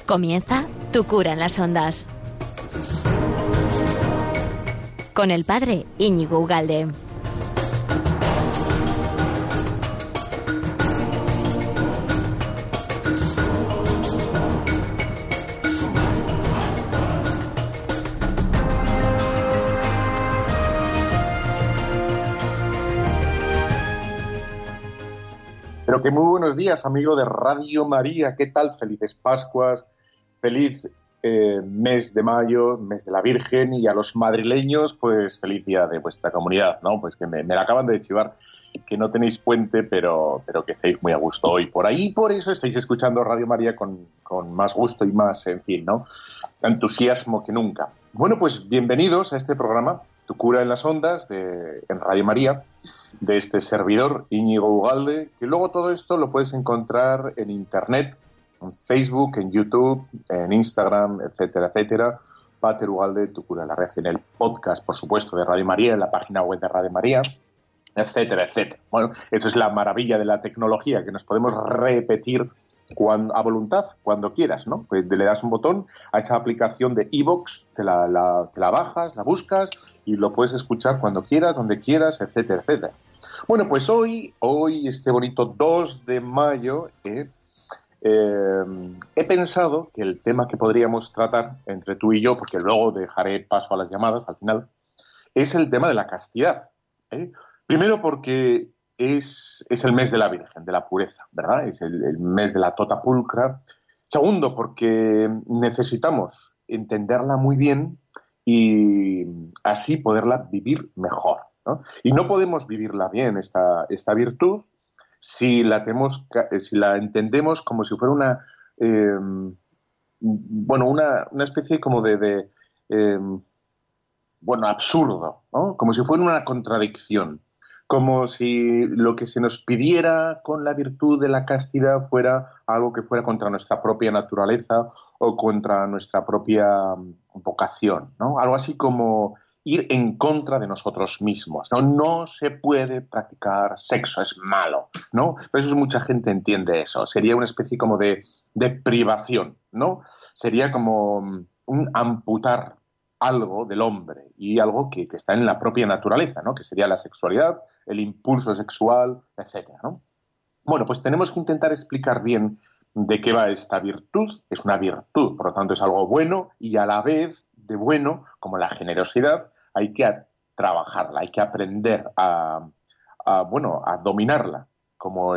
Comienza Tu cura en las ondas. Con el padre Íñigo Ugalde. Pero que muy buenos días, amigo de Radio María. ¿Qué tal? Felices Pascuas, feliz mes de mayo, mes de la Virgen, y a los madrileños, pues feliz día de vuestra comunidad, ¿no? Pues que me la acaban de chivar, que no tenéis puente, pero que estáis muy a gusto hoy por ahí. Por eso estáis escuchando Radio María con más gusto y más, en fin, ¿no? Entusiasmo que nunca. Bueno, pues bienvenidos a este programa, Tu cura en las ondas, en Radio María, de este servidor, Íñigo Ugalde, que luego todo esto lo puedes encontrar en Internet, en Facebook, en YouTube, en Instagram, etcétera, etcétera. Pater Ugalde, Tu cura en la red, en el podcast, por supuesto, de Radio María, en la página web de Radio María, etcétera, etcétera. Bueno, eso es la maravilla de la tecnología, que nos podemos repetir a voluntad, cuando quieras, ¿no? Pues le das un botón a esa aplicación de iVoox, te la bajas, la buscas y lo puedes escuchar cuando quieras, donde quieras, etcétera, etcétera. Bueno, pues hoy este bonito 2 de mayo, he pensado que el tema que podríamos tratar entre tú y yo, porque luego dejaré paso a las llamadas al final, es el tema de la castidad. Primero porque es el mes de la Virgen, de la pureza, ¿verdad? Es el mes de la tota pulcra. Segundo, porque necesitamos entenderla muy bien y así poderla vivir mejor, ¿no? Y no podemos vivirla bien, esta virtud, si la entendemos como si fuera una especie como de absurdo, ¿no? Como si fuera una contradicción. Como si lo que se nos pidiera con la virtud de la castidad fuera algo que fuera contra nuestra propia naturaleza o contra nuestra propia vocación, ¿no? Algo así como ir en contra de nosotros mismos, ¿no? No se puede practicar sexo, es malo, ¿no? Por eso mucha gente entiende eso. Sería una especie como de privación, ¿no? Sería como un amputar algo del hombre y algo que está en la propia naturaleza, ¿no? Que sería la sexualidad, el impulso sexual, etcétera, ¿no? Bueno, pues tenemos que intentar explicar bien de qué va esta virtud. Es una virtud, por lo tanto es algo bueno, y a la vez de bueno, como la generosidad, hay que trabajarla, hay que aprender a dominarla, como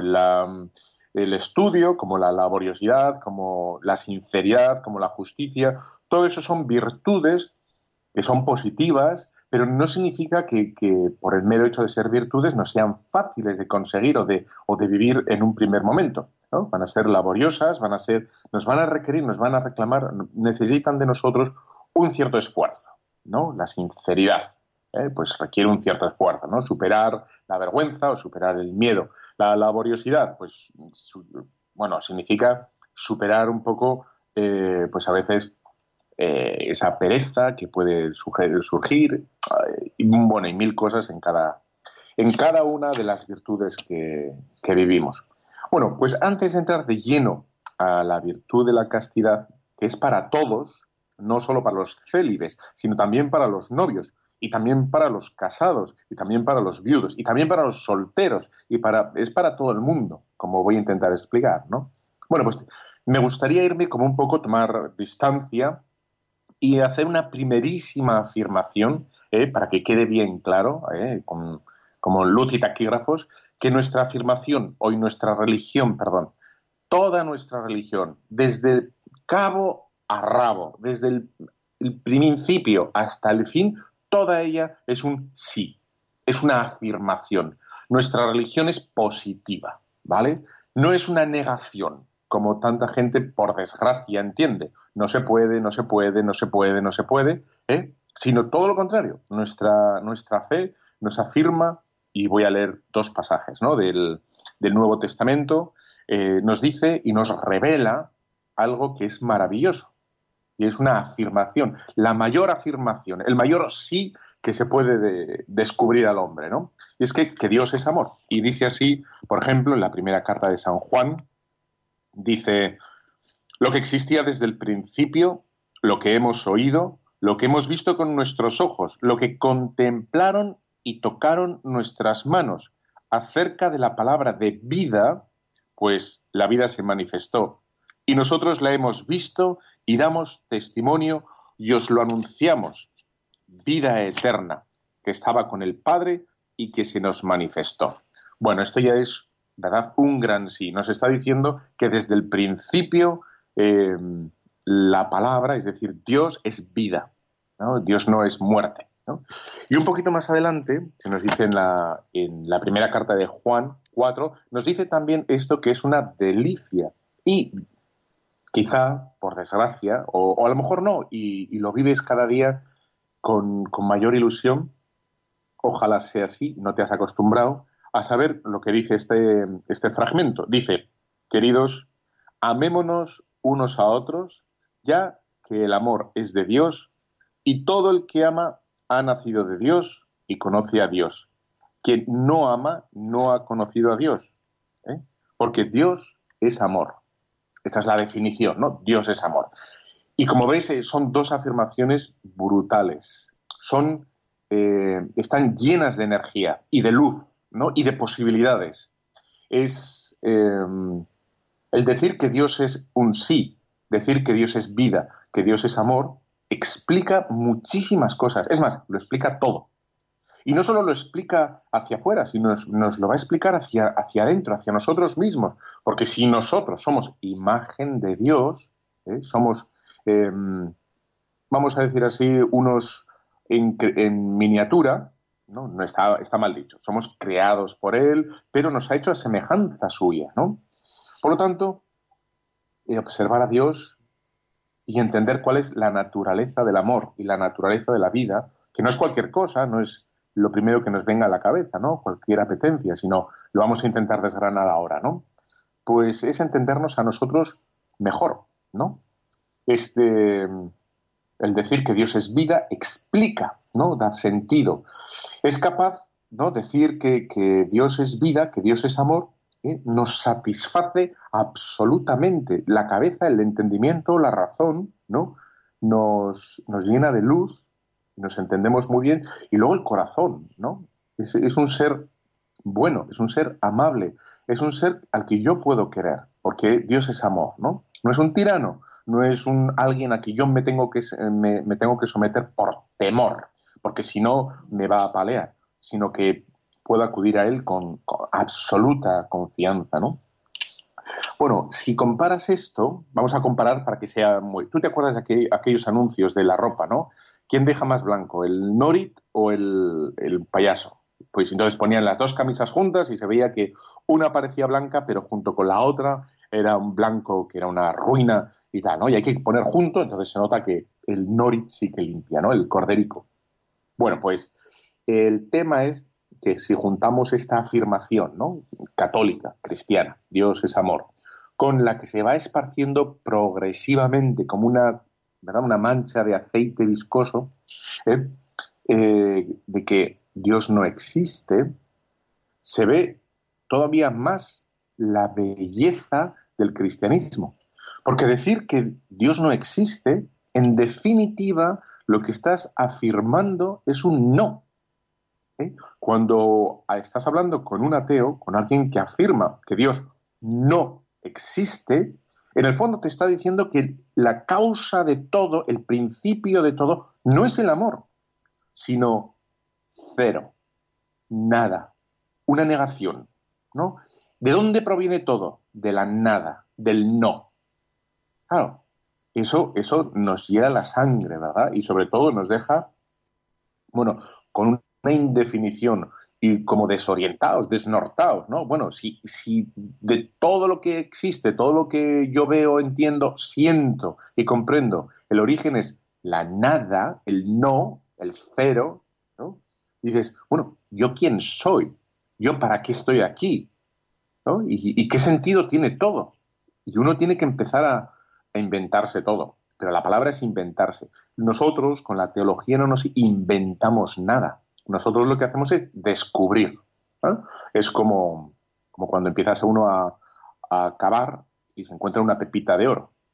el estudio, como la laboriosidad, como la sinceridad, como la justicia. Todo eso son virtudes que son positivas, pero no significa que por el mero hecho de ser virtudes no sean fáciles de conseguir o de vivir en un primer momento, ¿no? Van a ser laboriosas, nos van a requerir, nos van a reclamar, necesitan de nosotros un cierto esfuerzo, ¿no? La sinceridad, pues requiere un cierto esfuerzo, ¿no? Superar la vergüenza o superar el miedo. La laboriosidad, pues, significa superar un poco, pues a veces, esa pereza que puede surgir, y mil cosas en cada una de las virtudes que vivimos. Bueno, pues antes de entrar de lleno a la virtud de la castidad, que es para todos, no solo para los célibes, sino también para los novios, y también para los casados, y también para los viudos, y también para los solteros, es para todo el mundo, como voy a intentar explicar, ¿no? Bueno, pues me gustaría irme como un poco, tomar distancia y hacer una primerísima afirmación, para que quede bien claro, como luz y taquígrafos, que nuestra afirmación, toda nuestra religión, desde cabo a rabo, desde el principio hasta el fin, toda ella es un sí, es una afirmación. Nuestra religión es positiva, ¿vale? No es una negación, como tanta gente, por desgracia, entiende. No se puede, no se puede, no se puede, no se puede, sino todo lo contrario. Nuestra fe nos afirma, y voy a leer 2 pasajes, ¿no? del Nuevo Testamento, nos dice y nos revela algo que es maravilloso, y es una afirmación, la mayor afirmación, el mayor sí que se puede descubrir al hombre, ¿no? Y es que Dios es amor. Y dice así, por ejemplo, en la primera carta de San Juan, dice: Lo que existía desde el principio, lo que hemos oído, lo que hemos visto con nuestros ojos, lo que contemplaron y tocaron nuestras manos acerca de la palabra de vida, pues la vida se manifestó. Y nosotros la hemos visto y damos testimonio y os lo anunciamos. Vida eterna, que estaba con el Padre y que se nos manifestó. Bueno, esto ya es, ¿verdad?, un gran sí. Nos está diciendo que desde el principio la palabra, es decir, Dios es vida, ¿no? Dios no es muerte, ¿no? Y un poquito más adelante, se nos dice en la primera carta de Juan 4, nos dice también esto que es una delicia. Y quizá, por desgracia, o a lo mejor no, y lo vives cada día con mayor ilusión, ojalá sea así, no te has acostumbrado a saber lo que dice este fragmento. Dice, queridos, amémonos unos a otros, ya que el amor es de Dios, y todo el que ama ha nacido de Dios y conoce a Dios. Quien no ama no ha conocido a Dios, ¿eh? Porque Dios es amor. Esa es la definición, ¿no? Dios es amor. Y como veis, son dos afirmaciones brutales. Están llenas de energía y de luz, ¿no? Y de posibilidades. Es el decir que Dios es un sí, decir que Dios es vida, que Dios es amor, explica muchísimas cosas. Es más, lo explica todo. Y no solo lo explica hacia afuera, sino nos lo va a explicar hacia adentro, hacia nosotros mismos. Porque si nosotros somos imagen de Dios, somos, vamos a decir así, unos en miniatura, ¿no? No está mal dicho. Somos creados por Él, pero nos ha hecho a semejanza suya, ¿no? Por lo tanto, observar a Dios y entender cuál es la naturaleza del amor y la naturaleza de la vida, que no es cualquier cosa, no es lo primero que nos venga a la cabeza, ¿no? Cualquier apetencia, sino lo vamos a intentar desgranar ahora, ¿no? Pues es entendernos a nosotros mejor, ¿no? El decir que Dios es vida explica, ¿no? Da sentido. Es capaz, ¿no?, decir que Dios es vida, que Dios es amor, nos satisface absolutamente. La cabeza, el entendimiento, la razón, ¿no? Nos llena de luz, nos entendemos muy bien, y luego el corazón, ¿no? Es un ser bueno, es un ser amable, es un ser al que yo puedo querer, porque Dios es amor, ¿no? No es un tirano, no es alguien a quien yo me tengo que someter por temor, porque si no me va a apalear, sino que puedo acudir a él con absoluta confianza, ¿no? Bueno, si comparas esto, vamos a comparar para que sea muy... ¿Tú te acuerdas de aquellos anuncios de la ropa, ¿no? ¿Quién deja más blanco, el Norit o el payaso? Pues entonces ponían las dos camisas juntas y se veía que una parecía blanca, pero junto con la otra era un blanco que era una ruina y tal, ¿no? Y hay que poner junto, entonces se nota que el Norit sí que limpia, ¿no? El cordérico. Bueno, pues el tema es que si juntamos esta afirmación, ¿no?, católica, cristiana, Dios es amor, con la que se va esparciendo progresivamente como ¿verdad?, una mancha de aceite viscoso, de que Dios no existe, se ve todavía más la belleza del cristianismo. Porque decir que Dios no existe, en definitiva, lo que estás afirmando es un no. Cuando estás hablando con un ateo, con alguien que afirma que Dios no existe, en el fondo te está diciendo que la causa de todo, el principio de todo, no es el amor, sino cero, nada, una negación, ¿no? ¿De dónde proviene todo? De la nada, del no. Claro, eso nos hiela la sangre, ¿verdad? Y sobre todo nos deja, bueno, con una indefinición y como desorientados, desnortados, ¿no? Bueno, si de todo lo que existe, todo lo que yo veo, entiendo, siento y comprendo, el origen es la nada, el no, el cero, ¿no? Y dices, bueno, ¿yo quién soy? ¿Yo para qué estoy aquí? ¿No? ¿Y qué sentido tiene todo? Y uno tiene que empezar a inventarse todo. Pero la palabra es inventarse. Nosotros, con la teología, no nos inventamos nada. Nosotros lo que hacemos es descubrir, ¿no? Es como cuando empiezas uno a cavar y se encuentra una pepita de oro.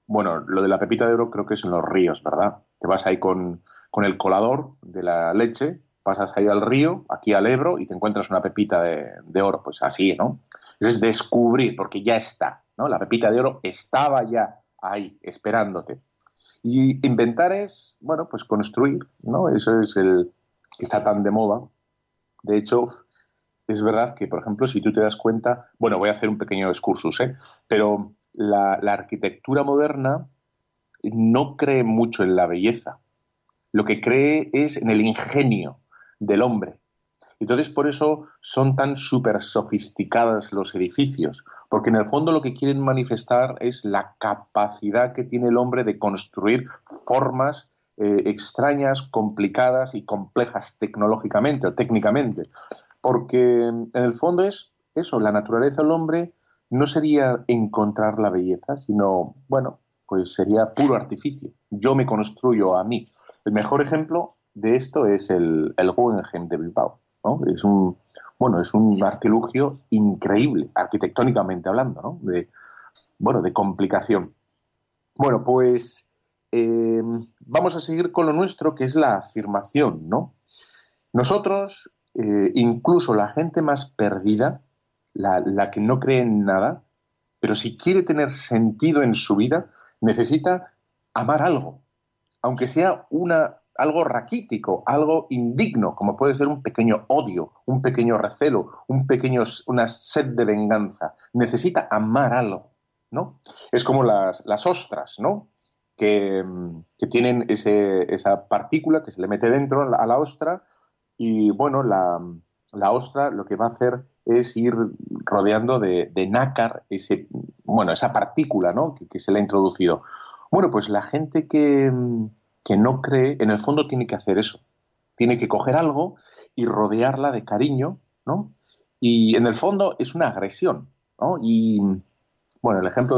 Bueno, lo de la pepita de oro creo que es en los ríos, ¿verdad? Te vas ahí con el colador de la leche, pasas ahí al río, aquí al Ebro, y te encuentras una pepita de oro. Pues así, ¿no? Eso es descubrir, porque ya está, ¿no? La pepita de oro estaba ya ahí, esperándote. Y inventar es, bueno, pues construir, ¿no? Eso es el que está tan de moda. De hecho, es verdad que, por ejemplo, si tú te das cuenta, bueno, voy a hacer un pequeño excursus, ¿eh? Pero la arquitectura moderna no cree mucho en la belleza. Lo que cree es en el ingenio del hombre. Entonces, por eso son tan súper sofisticadas los edificios, porque en el fondo lo que quieren manifestar es la capacidad que tiene el hombre de construir formas extrañas, complicadas y complejas tecnológicamente o técnicamente. Porque en el fondo es eso, la naturaleza del hombre no sería encontrar la belleza, sino, bueno, pues sería puro artificio. Yo me construyo a mí. El mejor ejemplo de esto es el Guggenheim de Bilbao, ¿no? Bueno, es un artilugio increíble, arquitectónicamente hablando, ¿no? Bueno, de complicación. Bueno, pues vamos a seguir con lo nuestro, que es la afirmación, ¿no? Nosotros, incluso la gente más perdida, la que no cree en nada, pero si quiere tener sentido en su vida, necesita amar algo, aunque sea algo raquítico, algo indigno, como puede ser un pequeño odio, un pequeño recelo, una sed de venganza. Necesita amar algo, ¿no? Es como las ostras, ¿no? Que tienen esa partícula que se le mete dentro a la ostra y, bueno, la ostra lo que va a hacer es ir rodeando de nácar bueno, esa partícula, ¿no? que se le ha introducido. Bueno, pues la gente que no cree, en el fondo tiene que hacer eso. Tiene que coger algo y rodearla de cariño, ¿no? Y en el fondo es una agresión, ¿no? Y bueno, el ejemplo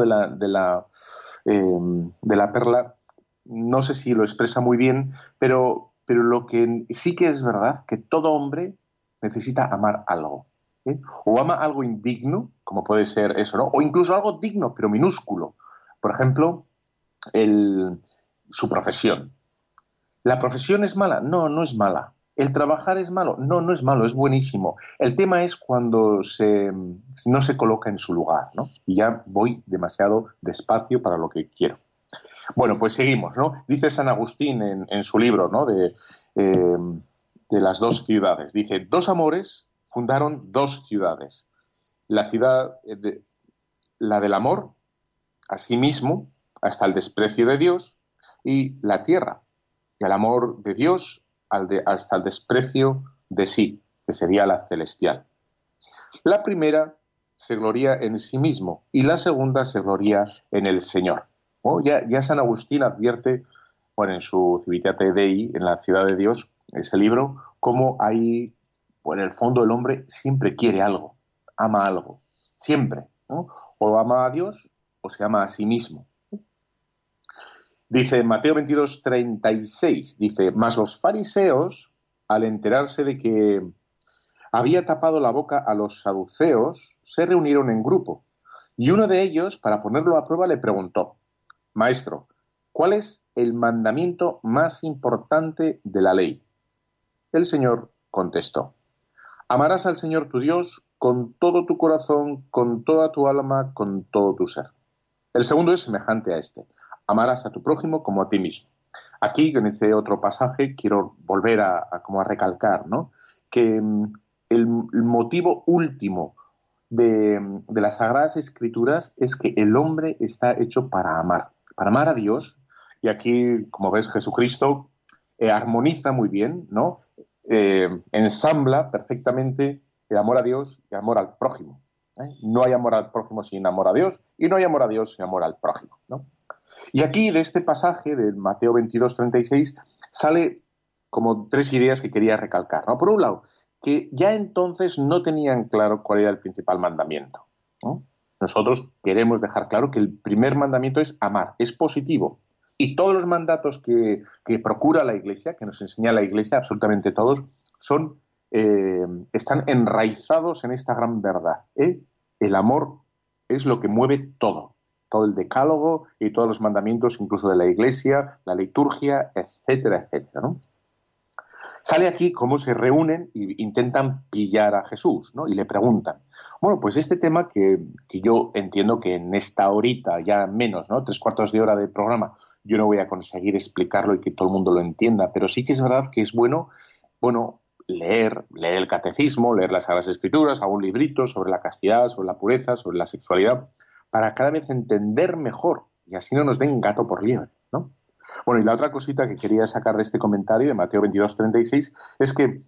de la perla, no sé si lo expresa muy bien, pero lo que sí que es verdad, que todo hombre necesita amar algo. ¿Eh? O ama algo indigno, como puede ser eso, ¿no? O incluso algo digno, pero minúsculo. Por ejemplo, el, su profesión. ¿La profesión es mala? No, no es mala. ¿El trabajar es malo? No, no es malo, es buenísimo. El tema es cuando no se coloca en su lugar, ¿no? Y ya voy demasiado despacio para lo que quiero. Bueno, pues seguimos, ¿no? Dice San Agustín en su libro, ¿no? De las dos ciudades. Dice, dos amores fundaron dos ciudades. La ciudad, la del amor, a sí mismo, hasta el desprecio de Dios, y la tierra, y al amor de Dios hasta el desprecio de sí, que sería la celestial. La primera se gloría en sí mismo y la segunda se gloría en el Señor. ¿No? Ya San Agustín advierte, bueno, en su Civitate Dei, en la ciudad de Dios, ese libro, cómo ahí, bueno, en el fondo el hombre siempre quiere algo, ama algo, siempre, ¿no? O ama a Dios o se ama a sí mismo. Dice en Mateo 22:36, dice, mas los fariseos, al enterarse de que había tapado la boca a los saduceos, se reunieron en grupo. Y uno de ellos, para ponerlo a prueba, le preguntó, Maestro, ¿cuál es el mandamiento más importante de la ley? El Señor contestó, amarás al Señor tu Dios con todo tu corazón, con toda tu alma, con todo tu ser. El segundo es semejante a este, amarás a tu prójimo como a ti mismo. Aquí, en este otro pasaje, quiero volver como a recalcar, ¿no? Que el motivo último de las Sagradas Escrituras es que el hombre está hecho para amar a Dios. Y aquí, como ves, Jesucristo armoniza muy bien, ¿no? Ensambla perfectamente el amor a Dios y el amor al prójimo. No hay amor al prójimo sin amor a Dios y no hay amor a Dios sin amor al prójimo, ¿no? Y aquí de este pasaje del Mateo 22:36 sale como tres ideas que quería recalcar, ¿no? Por un lado, que ya entonces no tenían claro cuál era el principal mandamiento, ¿no? Nosotros queremos dejar claro que el primer mandamiento es amar, es positivo. Y todos los mandatos que procura la Iglesia, que nos enseña la Iglesia, absolutamente todos, están enraizados en esta gran verdad, ¿eh? El amor es lo que mueve todo. todo el decálogo y todos los mandamientos, incluso de la Iglesia, la liturgia, etcétera, etcétera, ¿no? Sale aquí cómo se reúnen e intentan pillar a Jesús, ¿no? Y le preguntan. Bueno, pues este tema que yo entiendo que en esta horita, ya menos, ¿no? 3/4 de hora de programa, yo no voy a conseguir explicarlo y que todo el mundo lo entienda, pero sí que es verdad que es bueno, leer el catecismo, leer las Sagradas Escrituras, algún librito sobre la castidad, sobre la pureza, sobre la sexualidad, para cada vez entender mejor y así no nos den gato por liebre, ¿no? Bueno, y la otra cosita que quería sacar de este comentario de Mateo 22:36 es que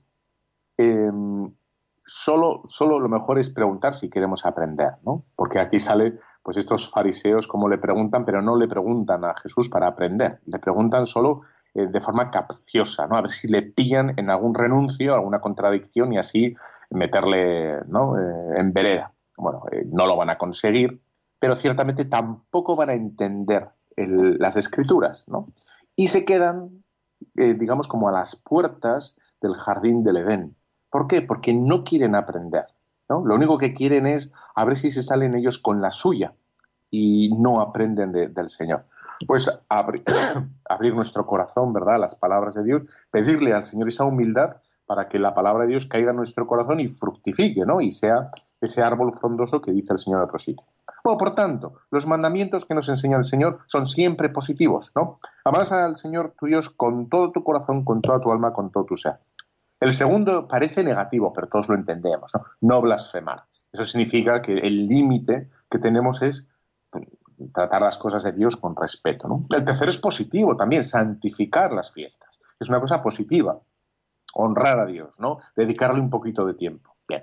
solo lo mejor es preguntar si queremos aprender, ¿no? Porque aquí sale, pues estos fariseos como le preguntan, pero no le preguntan a Jesús para aprender, le preguntan solo de forma capciosa, ¿no? A ver si le pillan en algún renuncio, alguna contradicción y así meterle, ¿no? En vereda. Bueno, no lo van a conseguir, pero ciertamente tampoco van a entender las Escrituras, ¿no? Y se quedan, digamos, como a las puertas del jardín del Edén. ¿Por qué? Porque no quieren aprender, ¿no? Lo único que quieren es a ver si se salen ellos con la suya y no aprenden del Señor. Pues abrir nuestro corazón, ¿verdad?, a las palabras de Dios, pedirle al Señor esa humildad para que la palabra de Dios caiga en nuestro corazón y fructifique, ¿no? Y sea ese árbol frondoso que dice el Señor en otro sitio. Bueno, por tanto, los mandamientos que nos enseña el Señor son siempre positivos, ¿no? Amarás al Señor tu Dios con todo tu corazón, con toda tu alma, con todo tu ser. El segundo parece negativo, pero todos lo entendemos, ¿no? No blasfemar. Eso significa que el límite que tenemos es tratar las cosas de Dios con respeto, ¿no? El tercero es positivo también, santificar las fiestas. Es una cosa positiva, honrar a Dios, ¿no? Dedicarle un poquito de tiempo. Bien.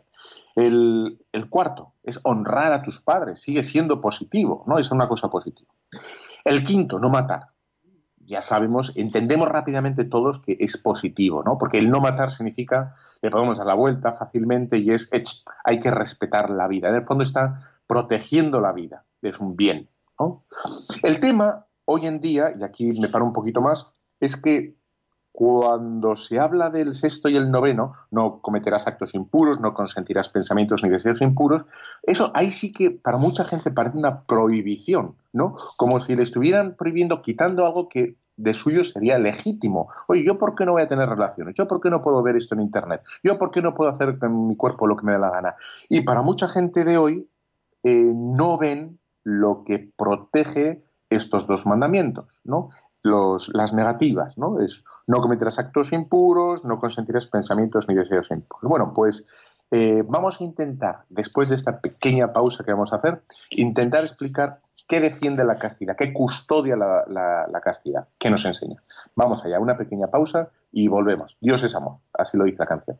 El cuarto es honrar a tus padres, sigue siendo positivo, ¿no? Es una cosa positiva. El quinto, no matar. Ya sabemos, entendemos rápidamente todos que es positivo, ¿no? Porque el no matar significa, le podemos dar la vuelta fácilmente y es, hay que respetar la vida. En el fondo está protegiendo la vida, es un bien, ¿no? El tema, hoy en día, y aquí me paro un poquito más, es que cuando se habla del sexto y el noveno, no cometerás actos impuros, no consentirás pensamientos ni deseos impuros, eso ahí sí que para mucha gente parece una prohibición, ¿no? Como si le estuvieran prohibiendo, quitando algo que de suyo sería legítimo. Oye, ¿yo por qué no voy a tener relaciones? ¿Yo por qué no puedo ver esto en Internet? ¿Yo por qué no puedo hacer con mi cuerpo lo que me dé la gana? Y para mucha gente de hoy no ven lo que protege estos dos mandamientos, ¿no? Las negativas, ¿no? Es no cometerás actos impuros, no consentirás pensamientos ni deseos impuros. Bueno, pues vamos a intentar, después de esta pequeña pausa que vamos a hacer, intentar explicar qué defiende la castidad, qué custodia la castidad, qué nos enseña. Vamos allá, una pequeña pausa y volvemos. Dios es amor, así lo dice la canción.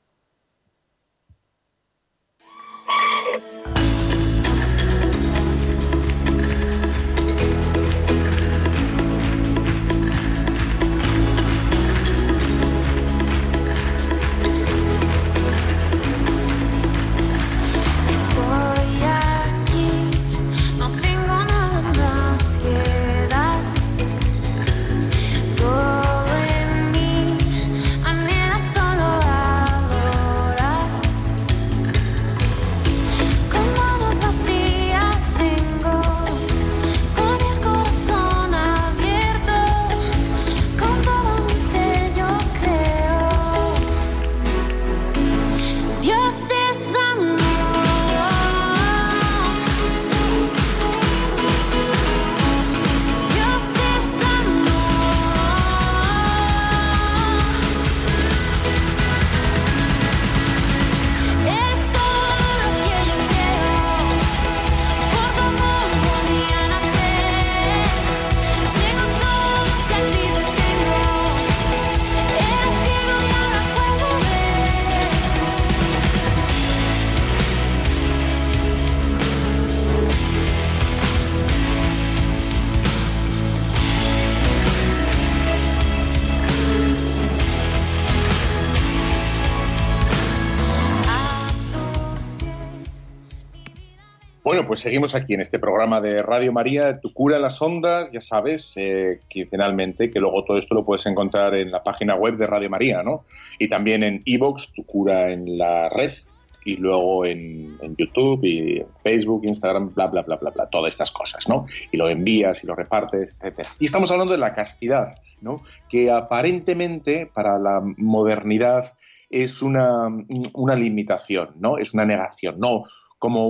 Bueno, pues seguimos aquí en este programa de Radio María, Tu cura en las ondas. Ya sabes que finalmente, que luego todo esto lo puedes encontrar en la página web de Radio María, ¿no? Y también en iVoox, Tu cura en la red. y luego en YouTube y en Facebook, Instagram, bla, bla, bla, bla, bla, todas estas cosas, ¿no? Y lo envías y lo repartes, etcétera. Y estamos hablando de la castidad, ¿no? Que aparentemente para la modernidad es una limitación, ¿no? Es una negación, ¿no? Como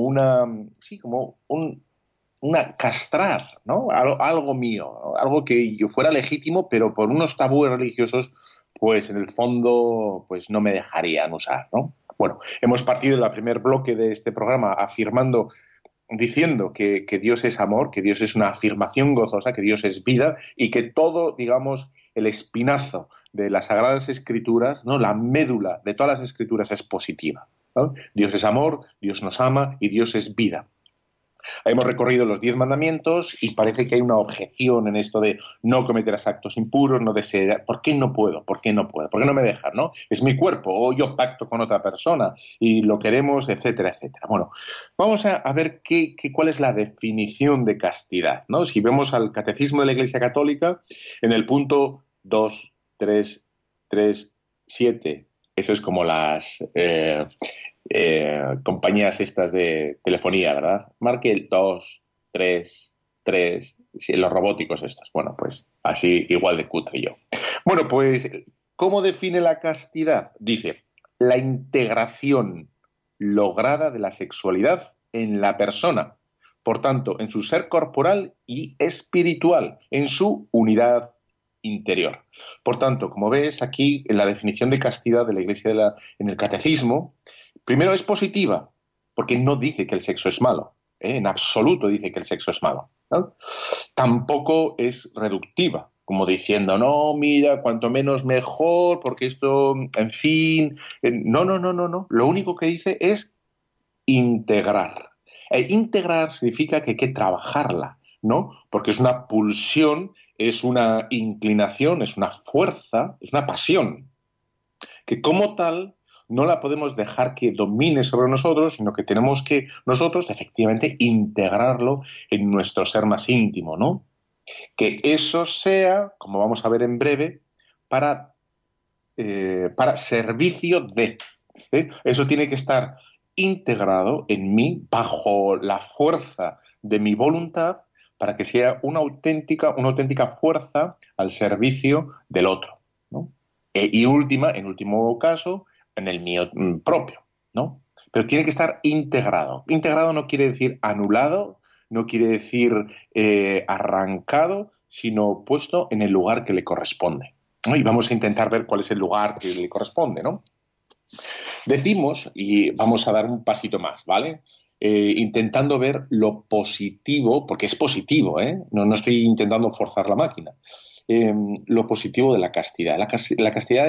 una castrar, ¿no? Algo mío, ¿no? Algo que yo fuera legítimo, pero por unos tabúes religiosos, pues en el fondo, pues no me dejarían usar, ¿no? Bueno, hemos partido en el primer bloque de este programa afirmando, diciendo que Dios es amor, que Dios es una afirmación gozosa, que Dios es vida y que todo, digamos, el espinazo de las Sagradas Escrituras, ¿no? La médula de todas las Escrituras es positiva, ¿no? Dios es amor, Dios nos ama y Dios es vida. Hemos recorrido los 10 mandamientos y parece que hay una objeción en esto de no cometerás actos impuros, no desear. ¿Por qué no puedo? ¿Por qué no puedo? ¿Por qué no me dejan? ¿No? Es mi cuerpo o yo pacto con otra persona y lo queremos, etcétera, etcétera. Bueno, vamos a ver cuál es la definición de castidad, ¿no? Si vemos al Catecismo de la Iglesia Católica, en el punto 2, 3, 3, 7, eso es como las compañías estas de telefonía, ¿verdad? Marque el 2, 3, 3, los robóticos estos. Bueno, pues así igual de cutre yo. Bueno, pues, ¿cómo define la castidad? Dice, la integración lograda de la sexualidad en la persona, por tanto, en su ser corporal y espiritual, en su unidad interior. Por tanto, como ves aquí en la definición de castidad de la Iglesia en el Catecismo, primero es positiva, porque no dice que el sexo es malo, ¿eh? En absoluto dice que el sexo es malo, ¿no? Tampoco es reductiva, como diciendo, no, mira, cuanto menos mejor, porque esto, en fin, no, no, no, no, no. Lo único que dice es integrar. Integrar significa que hay que trabajarla, ¿no? Porque es una pulsión, es una inclinación, es una fuerza, es una pasión, que como tal no la podemos dejar que domine sobre nosotros, sino que tenemos que nosotros efectivamente integrarlo en nuestro ser más íntimo, ¿no? Que eso sea, como vamos a ver en breve, para, para servicio de. Eso tiene que estar integrado en mí bajo la fuerza de mi voluntad para que sea una auténtica fuerza al servicio del otro, ¿no? Y en último caso, en el mío propio, ¿no? Pero tiene que estar integrado. Integrado no quiere decir anulado, no quiere decir arrancado, sino puesto en el lugar que le corresponde, ¿no? Y vamos a intentar ver cuál es el lugar que le corresponde, ¿no? Decimos, y vamos a dar un pasito más, ¿vale? Intentando ver lo positivo, porque es positivo, ¿eh? No estoy intentando forzar la máquina. Lo positivo de la castidad. La castidad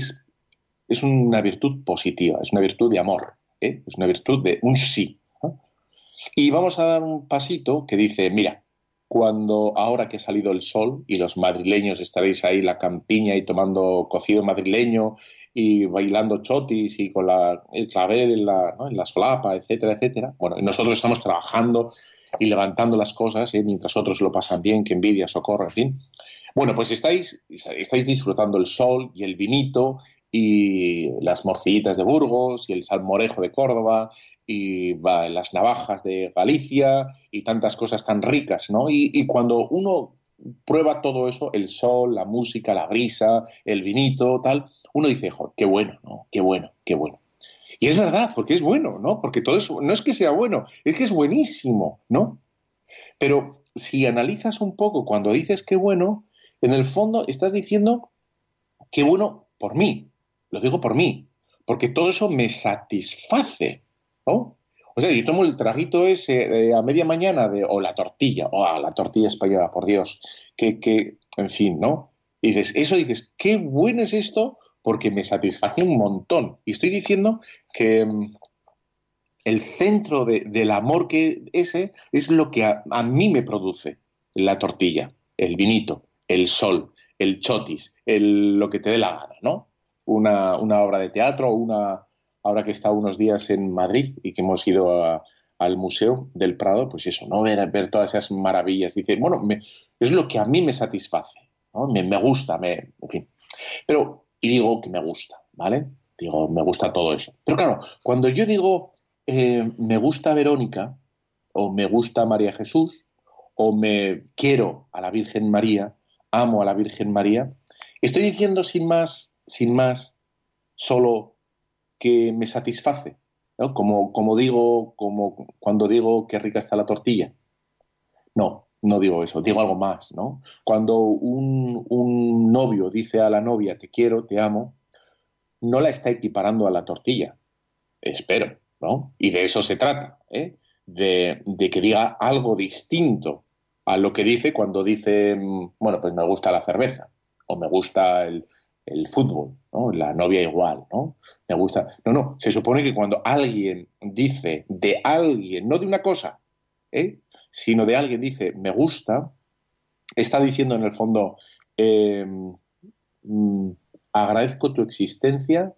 es una virtud positiva, es una virtud de amor, ¿eh? Es una virtud de un sí, ¿no? Y vamos a dar un pasito que dice, mira, ahora que ha salido el sol y los madrileños estaréis ahí en la campiña y tomando cocido madrileño y bailando chotis y con el clavel ¿no? En la solapa, etcétera, etcétera. Bueno, y nosotros estamos trabajando y levantando las cosas, ¿eh? Mientras otros lo pasan bien, que envidia, socorro, en fin. Bueno, pues estáis disfrutando el sol y el vinito y las morcillitas de Burgos y el salmorejo de Córdoba y las navajas de Galicia y tantas cosas tan ricas, ¿no? Y cuando uno prueba todo eso, el sol, la música, la brisa, el vinito, tal, uno dice, jo, qué bueno, ¿no? Qué bueno, qué bueno. Y es verdad, porque es bueno, ¿no? Porque todo eso no es que sea bueno, es que es buenísimo, ¿no? Pero si analizas un poco cuando dices qué bueno, en el fondo estás diciendo qué bueno por mí, lo digo por mí, porque todo eso me satisface, ¿no? O sea, yo tomo el traguito ese a media mañana o la tortilla española, por Dios, en fin, ¿no? Y dices, qué bueno es esto porque me satisface un montón. Y estoy diciendo que el centro del amor que ese es lo que a mí me produce la tortilla, el vinito, el sol, el chotis, lo que te dé la gana, ¿no? Una obra de teatro, ahora que he estado unos días en Madrid y que hemos ido al Museo del Prado, pues eso, ¿no? Ver todas esas maravillas. Dice, bueno, es lo que a mí me satisface, ¿no? Me gusta, en fin. Pero, y digo que me gusta, ¿vale? Digo, me gusta todo eso. Pero claro, cuando yo digo me gusta Verónica, o me gusta María Jesús, o me quiero a la Virgen María, amo a la Virgen María, estoy diciendo sin más, solo que me satisface, ¿no? Como digo, como cuando digo qué rica está la tortilla. No, no digo eso, digo algo más, ¿no? Cuando un novio dice a la novia te quiero, te amo, no la está equiparando a la tortilla, espero, ¿no? Y de eso se trata, ¿eh? De que diga algo distinto a lo que dice cuando dice, bueno, pues me gusta la cerveza o me gusta el fútbol, ¿no? La novia igual, ¿no? Me gusta. No, no, se supone que cuando alguien dice de alguien, no de una cosa, ¿eh? Sino de alguien dice me gusta, está diciendo en el fondo, eh, mm, agradezco tu existencia,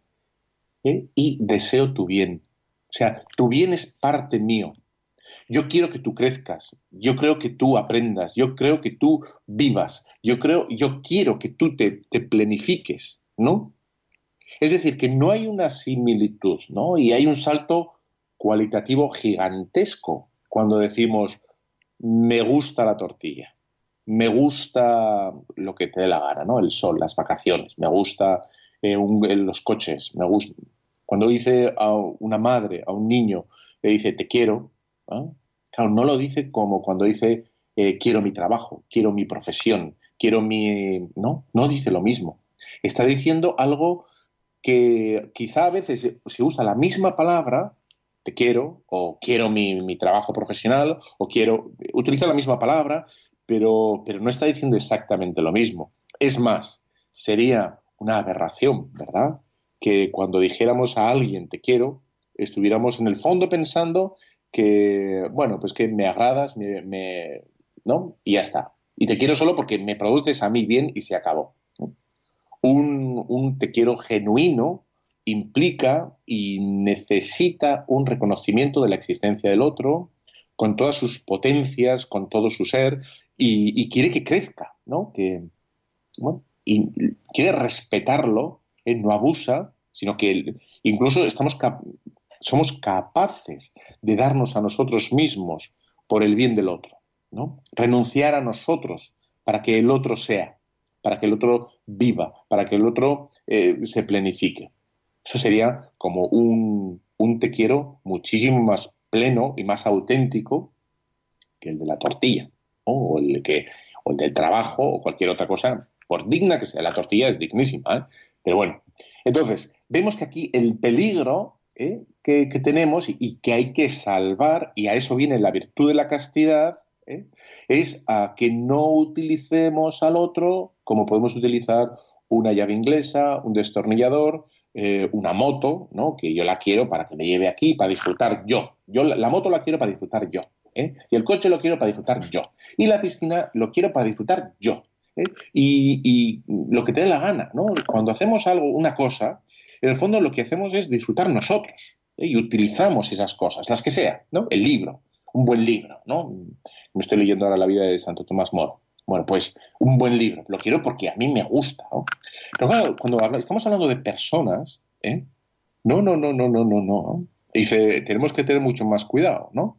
y deseo tu bien. O sea, tu bien es parte mío. Yo quiero que tú crezcas, yo creo que tú aprendas, yo creo que tú vivas, yo quiero que tú te planifiques, ¿no? Es decir, que no hay una similitud, ¿no? Y hay un salto cualitativo gigantesco cuando decimos me gusta la tortilla, me gusta lo que te dé la gana, ¿no? El sol, las vacaciones, me gusta los coches, me gusta. Cuando dice a una madre, a un niño, le dice te quiero, ¿no? Claro, no lo dice como cuando dice quiero mi trabajo, quiero mi profesión, quiero mi. No, no dice lo mismo. Está diciendo algo que quizá a veces se usa la misma palabra, te quiero, o quiero mi trabajo profesional, o quiero, utiliza la misma palabra, pero no está diciendo exactamente lo mismo. Es más, sería una aberración, ¿verdad? Que cuando dijéramos a alguien te quiero, estuviéramos en el fondo pensando que, bueno, pues que me agradas, ¿no? Y ya está. Y te quiero solo porque me produces a mí bien y se acabó, ¿no? Un te quiero genuino implica y necesita un reconocimiento de la existencia del otro, con todas sus potencias, con todo su ser, y quiere que crezca, ¿no? Bueno, y quiere respetarlo, no abusa, sino que incluso somos capaces de darnos a nosotros mismos por el bien del otro, ¿no? Renunciar a nosotros para que el otro sea, para que el otro viva, para que el otro se planifique. Eso sería como un te quiero muchísimo más pleno y más auténtico que el de la tortilla, ¿no? O el del trabajo o cualquier otra cosa, por digna que sea. La tortilla es dignísima, ¿eh? Pero bueno, entonces, vemos que aquí el peligro que tenemos y que hay que salvar, y a eso viene la virtud de la castidad, es a que no utilicemos al otro como podemos utilizar una llave inglesa, un destornillador, una moto, ¿no? Que yo la quiero para que me lleve aquí, para disfrutar yo. La moto la quiero para disfrutar yo. Y el coche lo quiero para disfrutar yo. Y la piscina lo quiero para disfrutar yo. Y lo que te dé la gana, ¿no? Cuando hacemos algo, una cosa, en el fondo lo que hacemos es disfrutar nosotros, y utilizamos esas cosas, las que sean, ¿no? El libro, un buen libro, ¿no? Me estoy leyendo ahora la vida de Santo Tomás Moro. Bueno, pues un buen libro, lo quiero porque a mí me gusta, ¿no? Pero claro, cuando estamos hablando de personas, no, no, no, no, no, no, no. Y tenemos que tener mucho más cuidado, ¿no?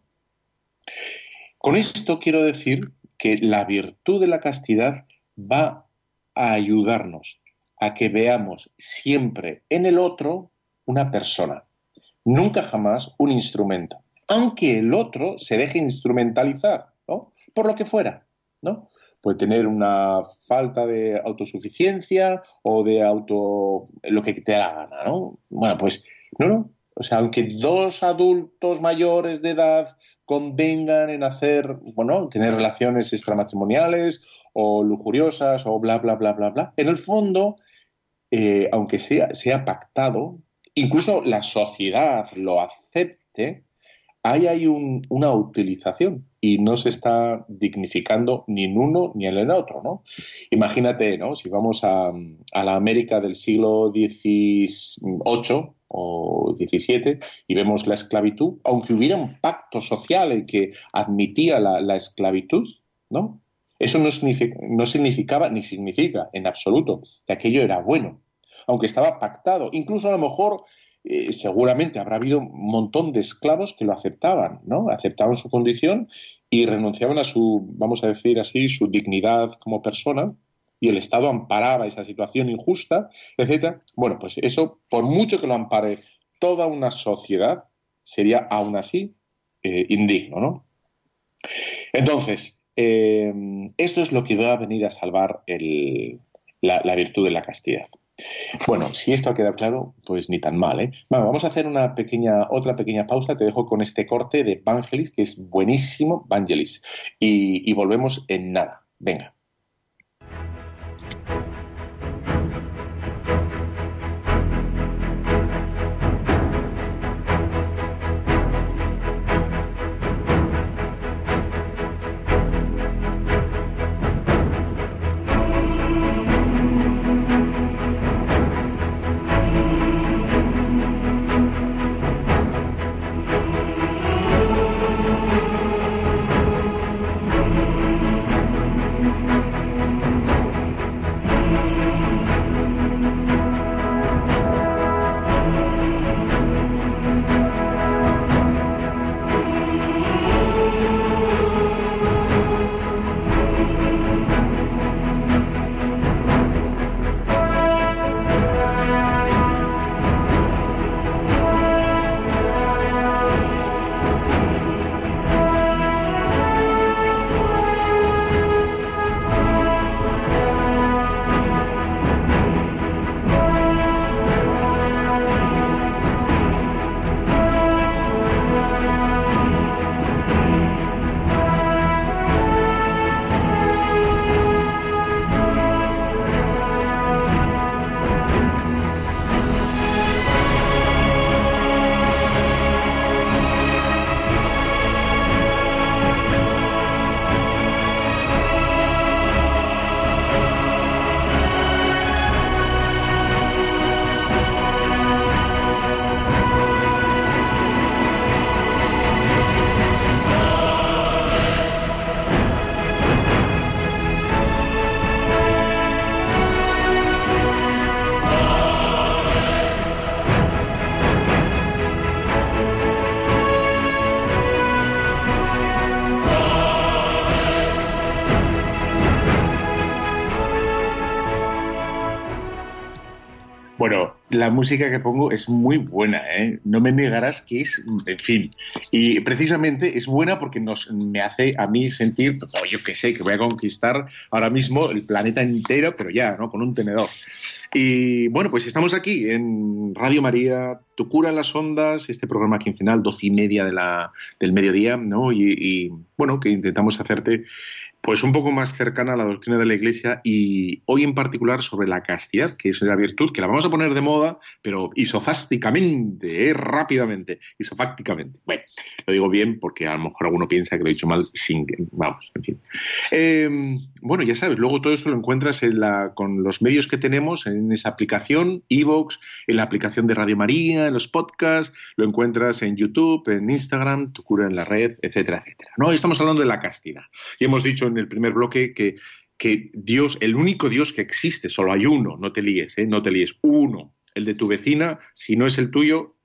Con esto quiero decir que la virtud de la castidad va a ayudarnos a que veamos siempre en el otro una persona, nunca jamás un instrumento, aunque el otro se deje instrumentalizar, ¿no? Por lo que fuera, ¿no? Puede tener una falta de autosuficiencia o de lo que te dé la gana, ¿no? Bueno, pues no, no. O sea, aunque dos adultos mayores de edad convengan en hacer, bueno, tener relaciones extramatrimoniales o lujuriosas o bla, bla, bla, bla, bla, en el fondo, aunque sea pactado, incluso la sociedad lo acepte, ahí hay una utilización y no se está dignificando ni en uno ni en el otro, ¿no? Imagínate, ¿no? Si vamos a la América del siglo XVIII o XVII y vemos la esclavitud, aunque hubiera un pacto social en que admitía la esclavitud, ¿no? Eso no significaba ni significa en absoluto que aquello era bueno. aunque estaba pactado. Incluso a lo mejor, seguramente habrá habido un montón de esclavos que lo aceptaban, ¿no? Aceptaban su condición y renunciaban a su, vamos a decir así, su dignidad como persona, y el Estado amparaba esa situación injusta, etcétera. Bueno, pues eso, por mucho que lo ampare toda una sociedad, sería aún así indigno, ¿no? Entonces, esto es lo que va a venir a salvar la virtud de la castidad. Bueno, si esto ha quedado claro, pues ni tan mal, ¿eh? Bueno, vamos a hacer otra pequeña pausa. Te dejo con este corte de Vangelis, que es buenísimo, Vangelis. Y volvemos en nada. Venga. Bueno, la música que pongo es muy buena, ¿eh? No me negarás que es, en fin. Y precisamente es buena porque me hace a mí sentir, oh, yo qué sé, que voy a conquistar ahora mismo el planeta entero, pero ya, ¿no? Con un tenedor. Y bueno, pues estamos aquí en Radio María, Tu cura en las ondas, este programa quincenal, 12:30 del mediodía, ¿no? Y bueno, que intentamos hacerte pues un poco más cercana a la doctrina de la Iglesia y hoy en particular sobre la castidad, que es la virtud que la vamos a poner de moda, pero isofásticamente, rápidamente, isofácticamente. Bueno, lo digo bien porque a lo mejor alguno piensa que lo he dicho mal, vamos, en fin. Bueno, ya sabes, luego todo esto lo encuentras con los medios que tenemos en esa aplicación, iVoox, en la aplicación de Radio María, en los podcasts, lo encuentras en YouTube, en Instagram, Tu cura en la red, etcétera, etcétera. ¿No? Estamos hablando de la castidad. Y hemos dicho en el primer bloque que Dios, el único Dios que existe, solo hay uno, no te líes, no te líes, uno, el de tu vecina, si no es el tuyo,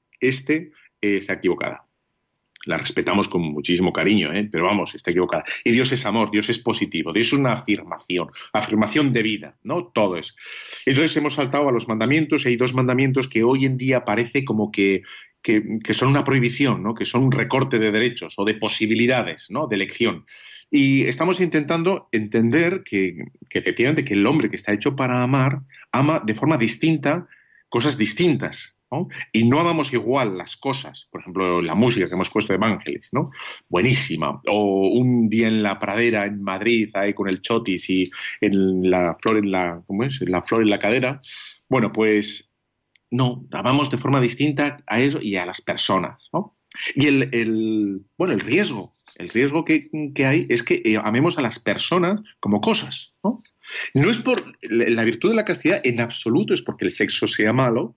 está equivocada. La respetamos con muchísimo cariño, pero vamos, está equivocada. Y Dios es amor, Dios es positivo, Dios es una afirmación de vida, ¿no? Todo es. Entonces hemos saltado a los mandamientos, y hay dos mandamientos que hoy en día parece como que son una prohibición, ¿no? Que son un recorte de derechos o de posibilidades, ¿no? De elección. Y estamos intentando entender que efectivamente que el hombre que está hecho para amar, ama de forma distinta cosas distintas, ¿no? Y no amamos igual las cosas. Por ejemplo, la música que hemos puesto de Vangelis, ¿no? Buenísima. O un día en la pradera en Madrid, ahí con el chotis y en la flor en la, ¿cómo es? La flor en la cadera. Bueno, pues no, amamos de forma distinta a eso y a las personas, ¿no? Y el riesgo. El riesgo que hay es que amemos a las personas como cosas, ¿no? No es por la virtud de la castidad en absoluto es porque el sexo sea malo,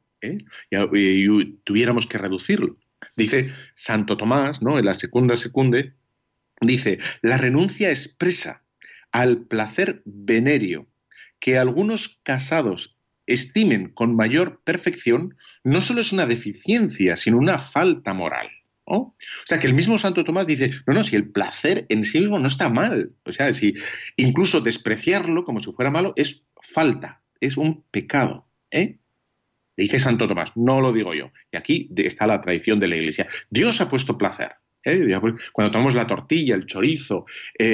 y tuviéramos que reducirlo. Dice Santo Tomás, ¿no? En la Secunda Secunde, dice, la renuncia expresa al placer venéreo que algunos casados estimen con mayor perfección, no solo es una deficiencia, sino una falta moral, ¿no? O sea, que el mismo Santo Tomás dice, no, si el placer en sí mismo no está mal, o sea, si incluso despreciarlo como si fuera malo es falta, es un pecado, ¿eh? Dice Santo Tomás, no lo digo yo. Y aquí está la tradición de la Iglesia. Dios ha puesto placer. Cuando tomamos la tortilla, el chorizo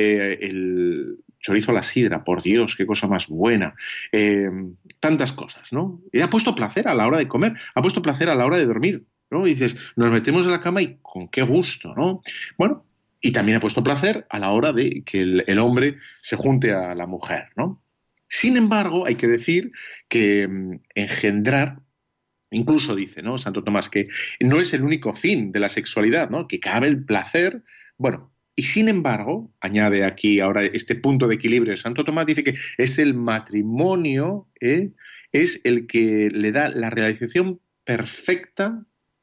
a la sidra, por Dios, qué cosa más buena. Tantas cosas, ¿no? Y ha puesto placer a la hora de comer, ha puesto placer a la hora de dormir, ¿no? Y dices, nos metemos en la cama y con qué gusto, ¿no? Bueno, y también ha puesto placer a la hora de que el hombre se junte a la mujer, ¿no? Sin embargo, hay que decir que engendrar. Incluso dice, ¿no? Santo Tomás, que no es el único fin de la sexualidad, ¿no? Que cabe el placer. Bueno, y sin embargo, añade aquí ahora este punto de equilibrio, Santo Tomás dice que es el matrimonio, es el que le da la realización perfecta